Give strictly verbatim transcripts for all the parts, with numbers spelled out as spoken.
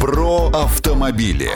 Про автомобили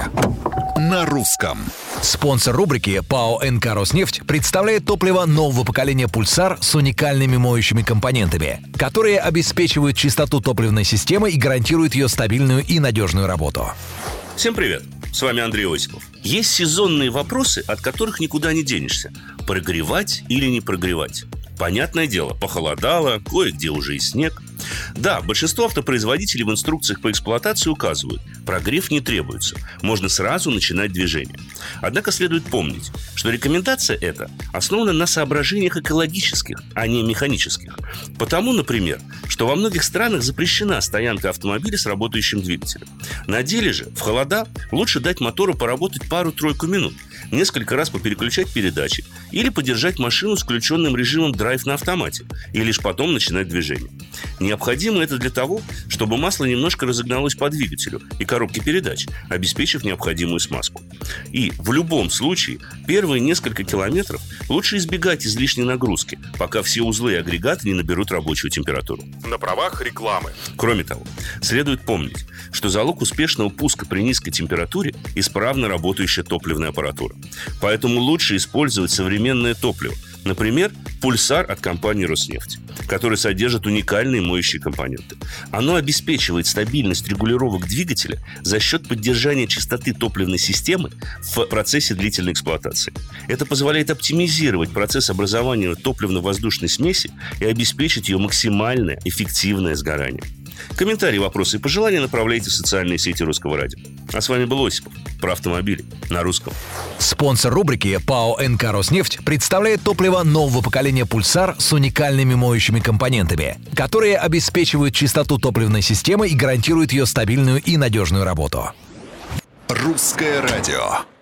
на русском. Спонсор рубрики ПАО «эн ка Роснефть» представляет топливо нового поколения «Пульсар» с уникальными моющими компонентами, которые обеспечивают чистоту топливной системы и гарантируют ее стабильную и надежную работу. Всем привет! С вами Андрей Осипов. Есть сезонные вопросы, от которых никуда не денешься. Прогревать или не прогревать? Понятное дело, похолодало, кое-где уже и снег. Да, большинство автопроизводителей в инструкциях по эксплуатации указывают: прогрев не требуется, можно сразу начинать движение. Однако следует помнить, что рекомендация эта основана на соображениях экологических, а не механических. Потому, например, что во многих странах запрещена стоянка автомобиля с работающим двигателем. На деле же, в холода лучше дать мотору поработать пару-тройку минут, несколько раз попереключать передачи или подержать машину с включенным режимом драйв на автомате, и лишь потом начинать движение. Необходимо это для того, чтобы масло немножко разогналось по двигателю и коробке передач, обеспечив необходимую смазку. И в любом случае первые несколько километров лучше избегать излишней нагрузки, пока все узлы и агрегаты не наберут рабочую температуру. На правах рекламы. Кроме того, следует помнить, что залог успешного пуска при низкой температуре – исправно работающая топливная аппаратура. Поэтому лучше использовать современное топливо. Например, «Пульсар» от компании «Роснефть», который содержит уникальные моющие компоненты. Оно обеспечивает стабильность регулировок двигателя за счет поддержания чистоты топливной системы в процессе длительной эксплуатации. Это позволяет оптимизировать процесс образования топливно-воздушной смеси и обеспечить ее максимальное эффективное сгорание. Комментарии, вопросы и пожелания направляйте в социальные сети Русского радио. А с вами был Осипов. Про автомобили на русском. Спонсор рубрики ПАО «эн ка Роснефть» представляет топливо нового поколения «Пульсар» с уникальными моющими компонентами, которые обеспечивают чистоту топливной системы и гарантируют ее стабильную и надежную работу. Русское радио.